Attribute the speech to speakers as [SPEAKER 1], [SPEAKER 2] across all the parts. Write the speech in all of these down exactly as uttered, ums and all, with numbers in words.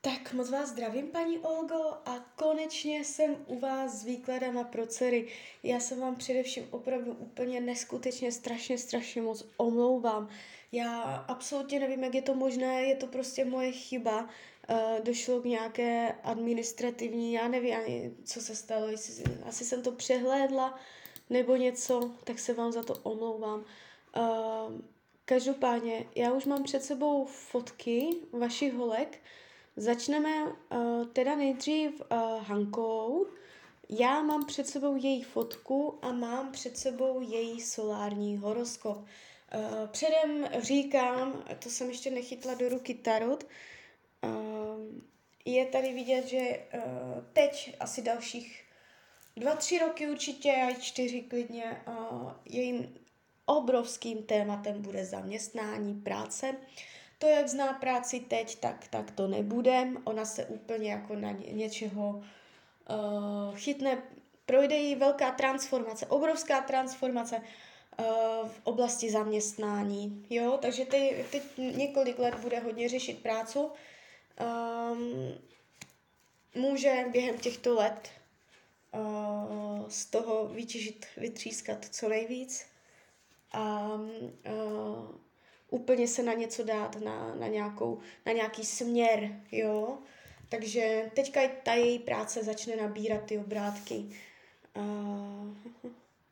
[SPEAKER 1] Tak moc vás zdravím, paní Olgo, a konečně jsem u vás s výkladama pro dcery. Já se vám především opravdu úplně neskutečně, strašně, strašně moc omlouvám. Já absolutně nevím, jak je to možné, je to prostě moje chyba. Uh, došlo k nějaké administrativní, já nevím ani, co se stalo, jestli, asi jsem to přehlédla nebo něco, tak se vám za to omlouvám. Uh, každopádně, já už mám před sebou fotky vašich holek. Začneme uh, teda nejdřív uh, Hankou. Já mám před sebou její fotku a mám před sebou její solární horoskop. Uh, předem říkám, to jsem ještě nechytla do ruky tarot, uh, je tady vidět, že uh, teď asi dalších dva, tři roky určitě, a čtyři klidně, uh, jejím obrovským tématem bude zaměstnání, práce. To, jak zná práci teď, tak, tak to nebude. Ona se úplně jako na ně, něčeho uh, chytne. Projde jí velká transformace, obrovská transformace uh, v oblasti zaměstnání. Jo? Takže teď, teď několik let bude hodně řešit prácu. Um, může během těchto let uh, z toho vytěžit, vytřískat co nejvíc. A uh, úplně se na něco dát, na, na, nějakou, na nějaký směr, jo. Takže teďka ta její práce začne nabírat ty obrátky. Uh,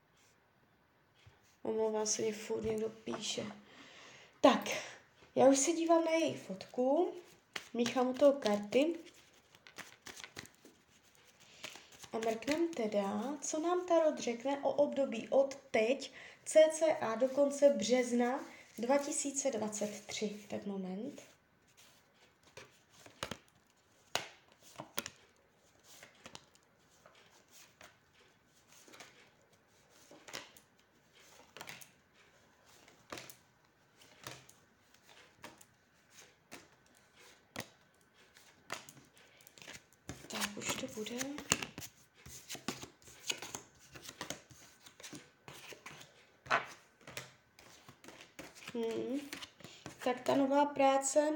[SPEAKER 1] omlouvám se, mě furt někdo píše. Tak, já už se dívám na její fotku, míchám u toho karty a mrknem teda, co nám tarot řekne o období od teď, cca do konce března dva tisíce dvacet tři. Tak moment. Tak, už to bude. Hmm. Tak ta nová práce,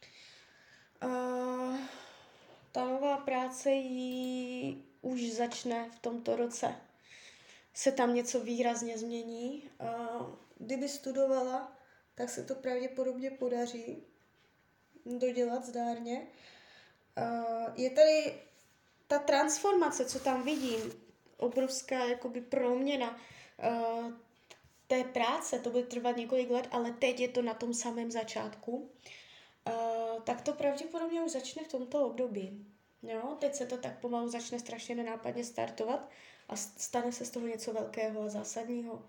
[SPEAKER 1] uh, ta nová práce jí už začne v tomto roce. Se tam něco výrazně změní. Uh, kdyby studovala, tak se to pravděpodobně podaří dodělat zdárně. Uh, je tady ta transformace, co tam vidím, obrovská jakoby proměna uh, té práce, to bude trvat několik let, ale teď je to na tom samém začátku, uh, tak to pravděpodobně už začne v tomto období. Jo? Teď se to tak pomalu začne strašně nenápadně startovat a stane se z toho něco velkého a zásadního.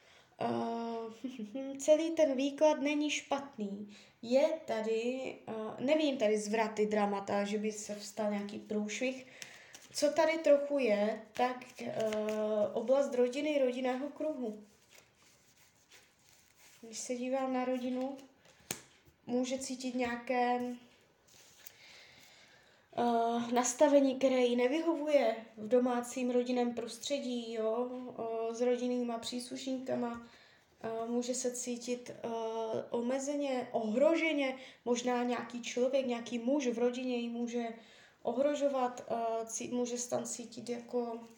[SPEAKER 1] Uh, celý ten výklad není špatný. Je tady, uh, nevím tady zvraty, dramata, že by se vstal nějaký průšvih. Co tady trochu je, tak uh, oblast rodiny, rodinného kruhu. Když se dívám na rodinu, může cítit nějaké uh, nastavení, které jí nevyhovuje v domácím rodinném prostředí, jo, uh, s rodinnýma příslušníkama. Uh, může se cítit uh, omezeně, ohroženě, možná nějaký člověk, nějaký muž v rodině ji může ohrožovat, uh, cí, může se tam cítit jako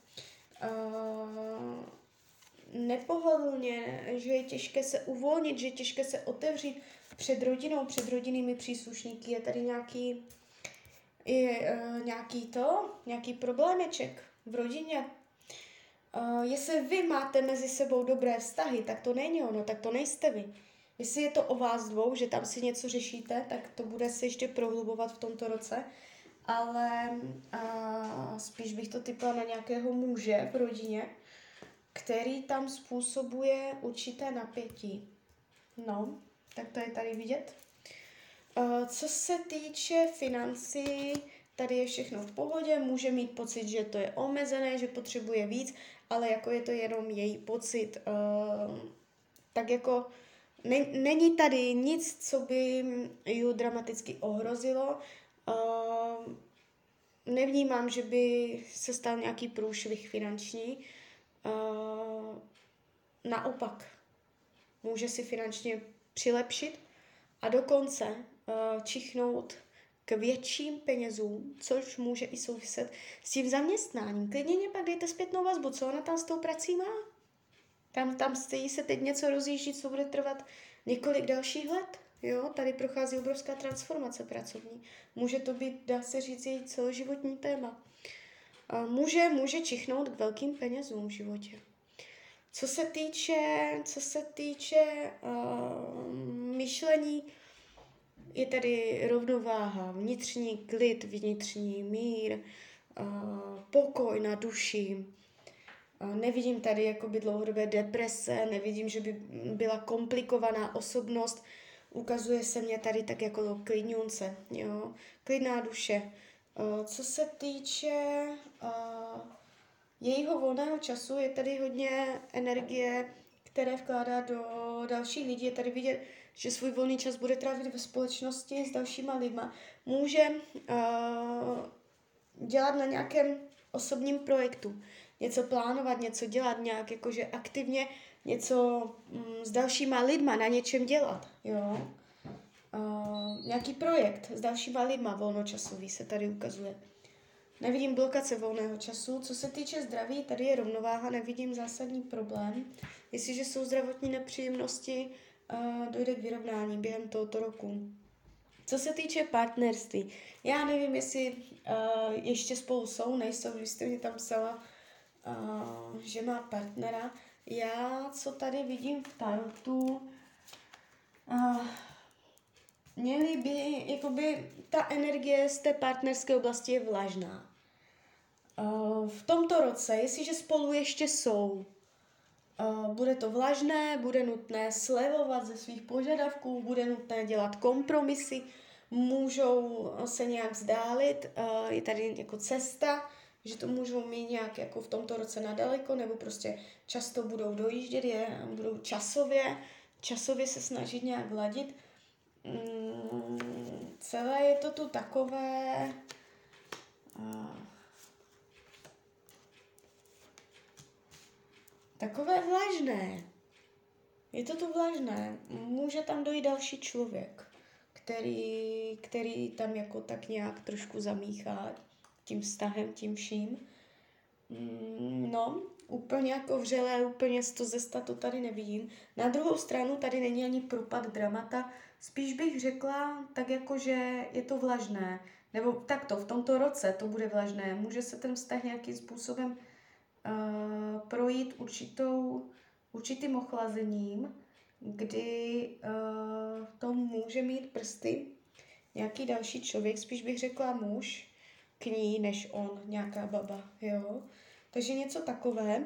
[SPEAKER 1] uh, nepohodlně, že je těžké se uvolnit, že je těžké se otevřít před rodinou, před rodinnými příslušníky. Je tady nějaký, je, uh, nějaký to, nějaký problémeček v rodině. Uh, jestli vy máte mezi sebou dobré vztahy, tak to není ono, tak to nejste vy. Jestli je to o vás dvou, že tam si něco řešíte, tak to bude se ještě prohlubovat v tomto roce, ale uh, spíš bych to typla na nějakého muže v rodině, který tam způsobuje určité napětí. No, tak to je tady vidět. Uh, co se týče financí, tady je všechno v pohodě, může mít pocit, že to je omezené, že potřebuje víc, ale jako je to jenom její pocit. Uh, tak jako ne, není tady nic, co by ji dramaticky ohrozilo. Uh, nevnímám, že by se stal nějaký průšvih finanční. Uh, naopak, může si finančně přilepšit a dokonce uh, čichnout k větším penězům, což může i souviset s tím zaměstnáním. Klidně mě pak dejte zpětnou vazbu, co ona tam s tou prací má. Tam, tam stojí se teď něco rozjíždí, co bude trvat několik dalších let. Jo, tady prochází obrovská transformace pracovní. Může to být, dá se říct, její celoživotní téma. A může, může čichnout k velkým penězům v životě. Co se týče, co se týče uh, myšlení, je tady rovnováha, vnitřní klid, vnitřní mír, uh, pokoj na duši. Uh, nevidím tady jakoby dlouhodobé deprese, nevidím, že by byla komplikovaná osobnost. Ukazuje se mě tady tak jako klidňunce, jo, klidná duše. Uh, co se týče uh, jejího volného času, je tady hodně energie, které vkládá do dalších lidí. Je tady vidět, že svůj volný čas bude trávit ve společnosti s dalšíma lidma. Může uh, dělat na nějakém osobním projektu, něco plánovat, něco dělat, nějak jakože aktivně něco mm, s dalšíma lidma na něčem dělat, jo. Uh, nějaký projekt s dalšíma lidma volnočasový se tady ukazuje. Nevidím blokace volného času. Co se týče zdraví, tady je rovnováha, nevidím zásadní problém. Jestliže jsou zdravotní nepříjemnosti, uh, dojde k vyrovnání během tohoto roku. Co se týče partnerství, já nevím, jestli uh, ještě spolu jsou, nejsou, vy jste mě tam psala, uh, že má partnera. Já, co tady vidím v tarotu, uh, měli by, jakoby, ta energie z té partnerské oblasti je vlažná. Uh, v tomto roce, jestliže spolu ještě jsou, uh, bude to vlažné, bude nutné slevovat ze svých požadavků, bude nutné dělat kompromisy, můžou se nějak vzdálit, uh, je tady jako cesta, že to můžou mít nějak jako v tomto roce nadaleko, nebo prostě často budou dojíždět, je, budou časově, časově se snažit nějak ladit. Mm, celé je to tu takové uh, takové vlažné. Je to tu vlažné. Může tam dojít další člověk, který, který tam jako tak nějak trošku zamíchá tím vztahem, tím vším. Mm, no, úplně jako vřelé, úplně sto ze sta to tady nevidím. Na druhou stranu tady není ani propad dramata. Spíš bych řekla tak jako, že je to vlažné. Nebo takto, v tomto roce to bude vlažné. Může se ten vztah nějakým způsobem uh, projít určitou, určitým ochlazením, kdy uh, to může mít prsty nějaký další člověk, spíš bych řekla muž k ní, než on, nějaká baba, jo. Takže něco takové.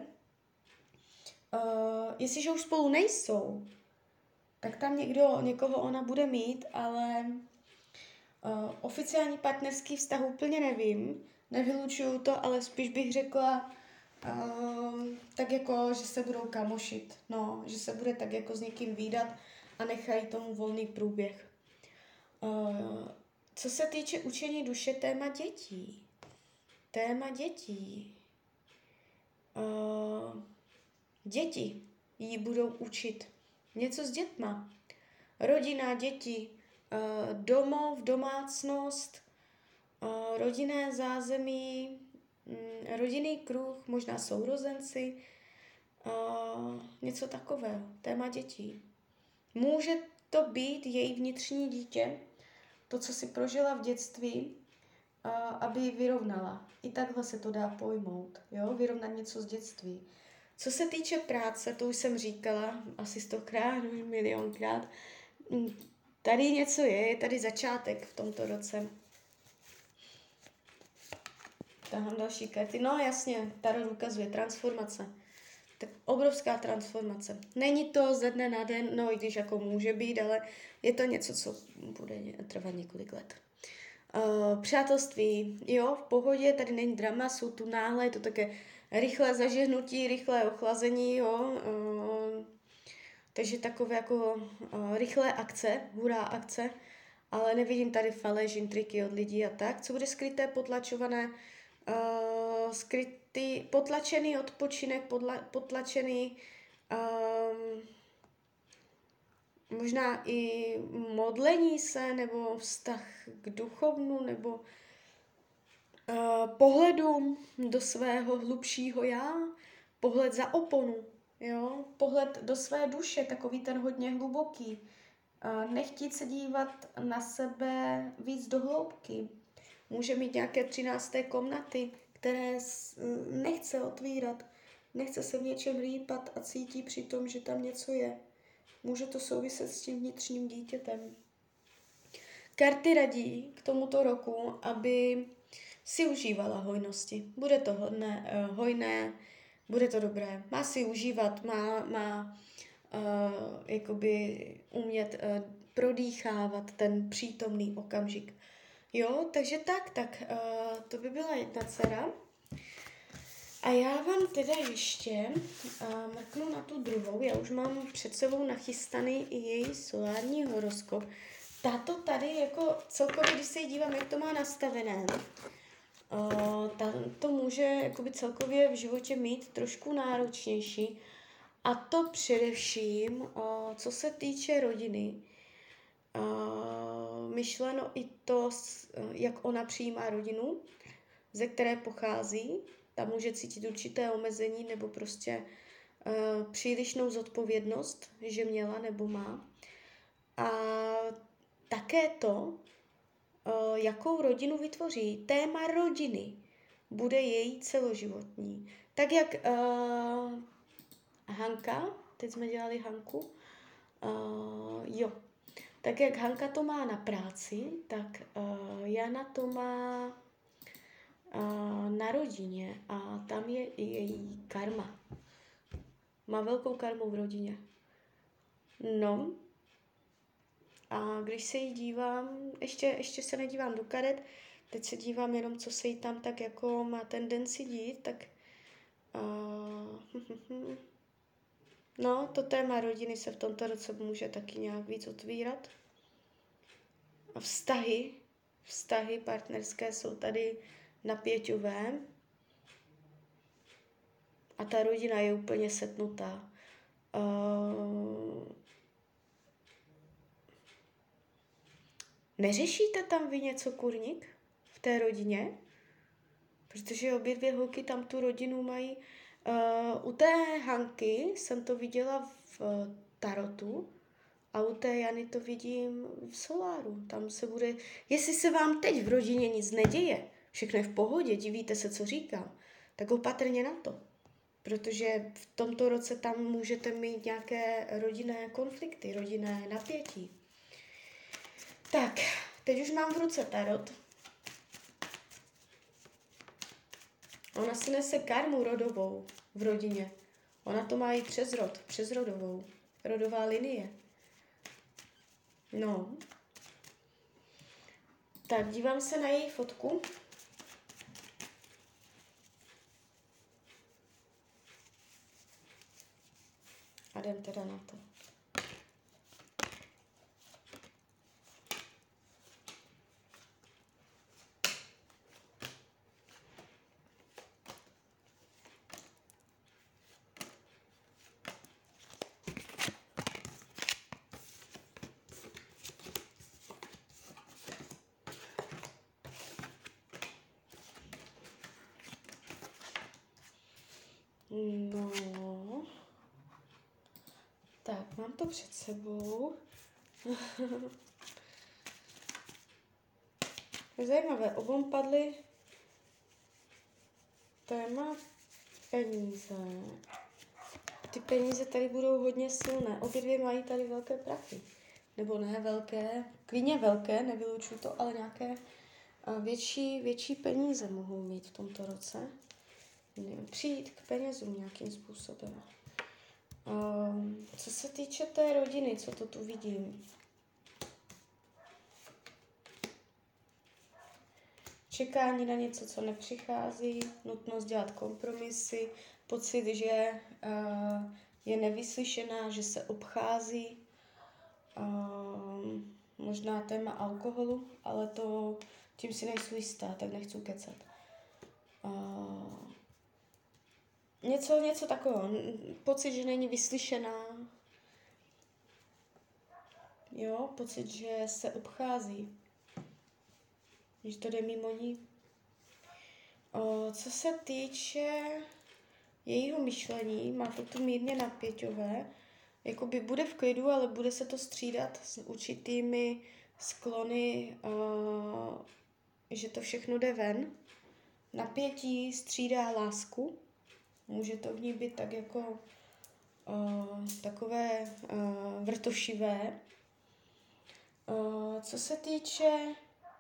[SPEAKER 1] Uh, jestliže už spolu nejsou, tak tam někdo, někoho ona bude mít, ale uh, oficiální partnerský vztah úplně nevím, nevylučuju to, ale spíš bych řekla uh, tak jako, že se budou kamošit, no, že se bude tak jako s někým vídat a nechají tomu volný průběh. Uh, co se týče učení duše, téma dětí. Téma dětí. Uh, děti jí budou učit něco s dětma. Rodina, děti, uh, domov, domácnost, uh, rodinné zázemí, um, rodinný kruh, možná sourozenci, uh, něco takového. Téma dětí. Může to být její vnitřní dítě, to, co si prožila v dětství, uh, aby ji vyrovnala. I takhle se to dá pojmout, jo? Vyrovnat něco z dětství. Co se týče práce, to už jsem říkala asi stokrát, milionkrát. Tady něco je, je tady začátek v tomto roce. Tahám další karty. No jasně, tarot ukazuje transformace. Tak obrovská transformace. Není to ze dne na den, no i když jako může být, ale je to něco, co bude trvat několik let. Uh, přátelství, jo, v pohodě, tady není drama, jsou tu náhle, je to také rychlé zažehnutí, rychlé ochlazení, jo, uh, takže takové jako uh, rychlé akce, hurá akce, ale nevidím tady faleš, intriky od lidí a tak. Co bude skryté, potlačované, uh, skrytý, potlačený odpočinek, podla, potlačený um, možná i modlení se, nebo vztah k duchovnu, nebo uh, pohledu do svého hlubšího já, pohled za oponu, jo? Pohled do své duše, takový ten hodně hluboký. Uh, nechtít se dívat na sebe víc do hloubky. Může mít nějaké třinácté komnaty, které nechce otvírat, nechce se v něčem rýpat a cítí při tom, že tam něco je. Může to souviset s tím vnitřním dítětem. Karty radí k tomuto roku, aby si užívala hojnosti. Bude to hodné, uh, hojné, bude to dobré. Má si užívat, má, má uh, jakoby umět uh, prodýchávat ten přítomný okamžik. Jo, takže tak, tak uh, to by byla jedna dcera. A já vám teda ještě uh, mrknu na tu druhou. Já už mám před sebou nachystaný i její solární horoskop. Tato tady jako celkově, když se jí dívám, jak to má nastavené, uh, ta, to může jakoby celkově v životě mít trošku náročnější. A to především, uh, co se týče rodiny. Uh, myšleno i to, uh, jak ona přijímá rodinu, ze které pochází. Tam může cítit určité omezení nebo prostě uh, přílišnou zodpovědnost, že měla nebo má. A také to, uh, jakou rodinu vytvoří. Téma rodiny bude její celoživotní. Tak jak uh, Hanka, teď jsme dělali Hanku, uh, jo, tak jak Hanka to má na práci, tak uh, Jana to má uh, na rodině a tam je i její karma. Má velkou karmu v rodině. No, a když se jí dívám, ještě, ještě se nedívám do karet, teď se dívám jenom, co se jí tam tak jako má tendenci dít, tak uh, no, to téma rodiny se v tomto roce může taky nějak víc otvírat. A vztahy, vztahy partnerské jsou tady napěťové a ta rodina je úplně setnutá. Uh, neřešíte tam vy něco, kurník, v té rodině? Protože obě dvě holky tam tu rodinu mají. Uh, u té Hanky jsem to viděla v uh, tarotu a u té Jany to vidím v soláru. Tam se bude, jestli se vám teď v rodině nic neděje, všechno je v pohodě, divíte se, co říkám, tak opatrně na to. Protože v tomto roce tam můžete mít nějaké rodinné konflikty, rodinné napětí. Tak, teď už mám v ruce tarot. Ona si nese karmu rodovou v rodině. Ona to má i přes rod, přes rodovou. Rodová linie. No. Tak, dívám se na její fotku. A jdem teda na to. No, tak mám to před sebou. Je zajímavé, obom padly téma peníze. Ty peníze tady budou hodně silné. Obě dvě mají tady velké prachy. Nebo ne velké, klidně velké, nevylučuju to, ale nějaké větší, větší peníze mohou mít v tomto roce. Přijít k penězům nějakým způsobem. Um, co se týče té rodiny, co to tu vidím? Čekání na něco, co nepřichází, nutnost dělat kompromisy, pocit, že uh, je nevyslyšená, že se obchází, uh, možná téma alkoholu, ale to tím si nejsou jistá, tak nechci kecat. Uh, něco, něco takového, pocit, že není vyslyšená. jo, pocit, že se obchází, že to jde mimo ní. O, co se týče jejího myšlení, má to tu mírně napěťové, jakoby bude v klidu, ale bude se to střídat s určitými sklony, uh, že to všechno jde ven. Napětí střídá lásku, může to v ní být tak jako uh, takové uh, vrtošivé. Uh, co se týče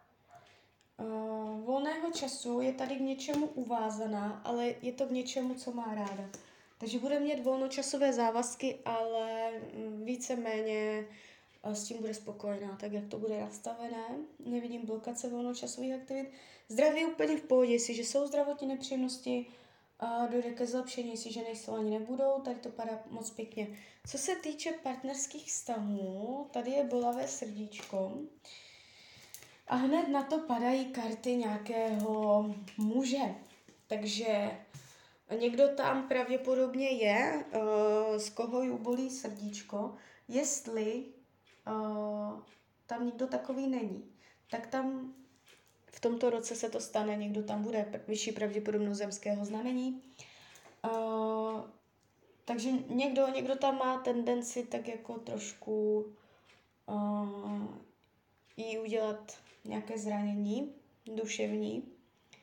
[SPEAKER 1] uh, volného času, je tady k něčemu uvázaná, ale je to k něčemu, co má ráda. Takže bude mít volnočasové závazky, ale víceméně s tím bude spokojená, tak jak to bude nastavené. Nevidím blokace volnočasových aktivit. Zdraví úplně v pohodě, jestliže jsou zdravotní nepříjemnosti, dojde ke zlepšení, jestliže nejsou ani nebudou, tady to padá moc pěkně. Co se týče partnerských vztahů, tady je bolavé srdíčko a hned na to padají karty nějakého muže. Takže někdo tam pravděpodobně je, uh, z koho ju bolí srdíčko. Jestli uh, tam nikdo takový není, tak tam v tomto roce se to stane, někdo tam bude, vyšší pravděpodobnost zemského znamení. Uh, takže někdo, někdo tam má tendenci tak jako trošku uh, jí udělat nějaké zranění duševní.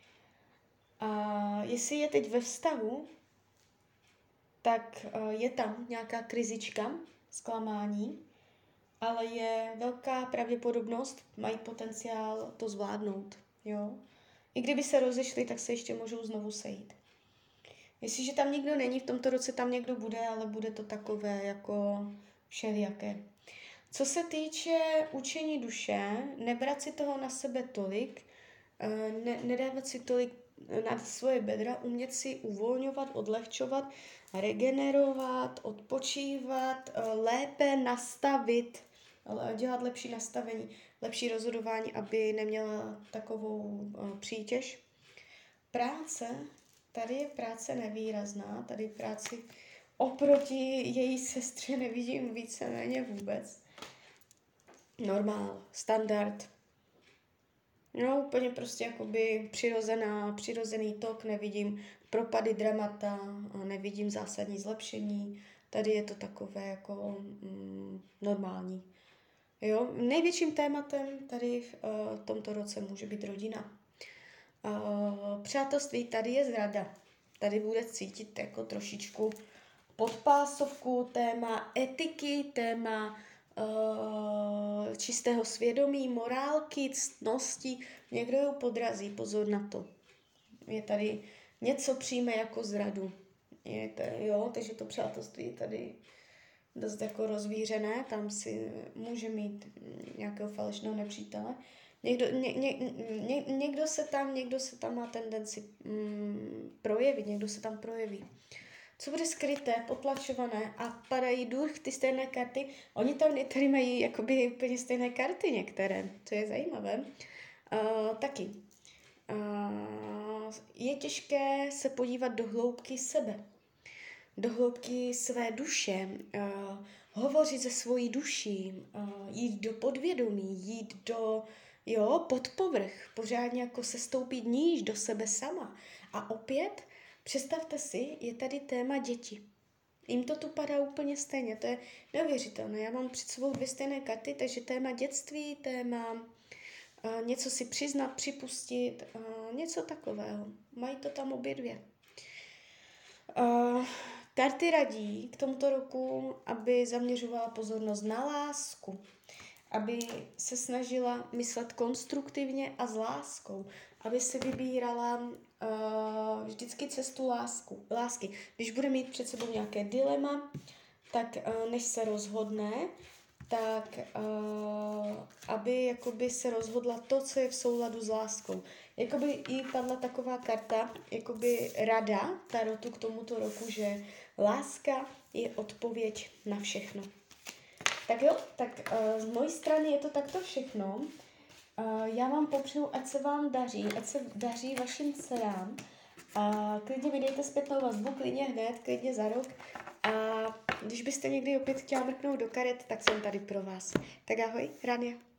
[SPEAKER 1] A jestli je teď ve vztahu, tak uh, je tam nějaká krizička, zklamání, ale je velká pravděpodobnost, mají potenciál to zvládnout, jo. I kdyby se rozešli, tak se ještě můžou znovu sejít. Jestliže tam nikdo není, v tomto roce tam někdo bude, ale bude to takové jako všelijaké. Co se týče učení duše, nebrat si toho na sebe tolik, ne, nedávat si tolik na svoje bedra, umět si uvolňovat, odlehčovat, regenerovat, odpočívat, lépe nastavit, dělat lepší nastavení, lepší rozhodování, aby neměla takovou přítěž. Práce, tady je práce nevýrazná, tady práci oproti její sestře nevidím víceméně vůbec. Normál, standard. No úplně prostě jakoby přirozená, přirozený tok, nevidím propady, dramata, nevidím zásadní zlepšení. Tady je to takové jako mm, normální. Jo? Největším tématem tady v uh, tomto roce může být rodina. Uh, přátelství, tady je zrada. Tady bude cítit jako trošičku podpásovku, téma etiky, téma uh, čistého svědomí, morálky, ctnosti. Někdo ju podrazí, pozor na to. Je tady něco přijme jako zradu. Je tady, jo, takže to přátelství je tady dost jako rozvířené, tam si může mít nějakého falešného nepřítele. Někdo, ně, ně, ně, někdo, se tam, někdo se tam má tendenci mm, projevit, někdo se tam projeví. Co bude skryté, potlačované a padají durch ty stejné karty. Oni tam tady mají jakoby úplně stejné karty některé, co je zajímavé. Uh, taky. Uh, je těžké se podívat do hloubky sebe, do hloubky své duše, uh, hovořit se svojí duší, uh, jít do podvědomí, jít do jo, pod povrch, pořádně jako se stoupit níž do sebe sama. A opět, představte si, je tady téma děti. Jim to tu padá úplně stejně, to je neuvěřitelné. Já mám před sebou dvě stejné karty, takže téma dětství, téma uh, něco si přiznat, připustit, uh, něco takového. Mají to tam obě dvě. Uh, karty radí k tomuto roku, aby zaměřovala pozornost na lásku, aby se snažila myslet konstruktivně a s láskou, aby se vybírala uh, vždycky cestu lásku, lásky. Když bude mít před sebou nějaké dilema, tak uh, než se rozhodne, tak uh, aby jakoby se rozhodla to, co je v souladu s láskou. Jakoby jí padla taková karta, jakoby rada tarotu k tomuto roku, že láska je odpověď na všechno. Tak jo, tak uh, z mojí strany je to takto všechno. Uh, já vám popřeju, ať se vám daří, ať se daří vašim dcerám. A klidně mi dejte zpětnou vazbu, klidně hned, klidně za rok. A Když byste někdy opět chtěla mrknout do karet, tak jsem tady pro vás. Tak ahoj, Rania.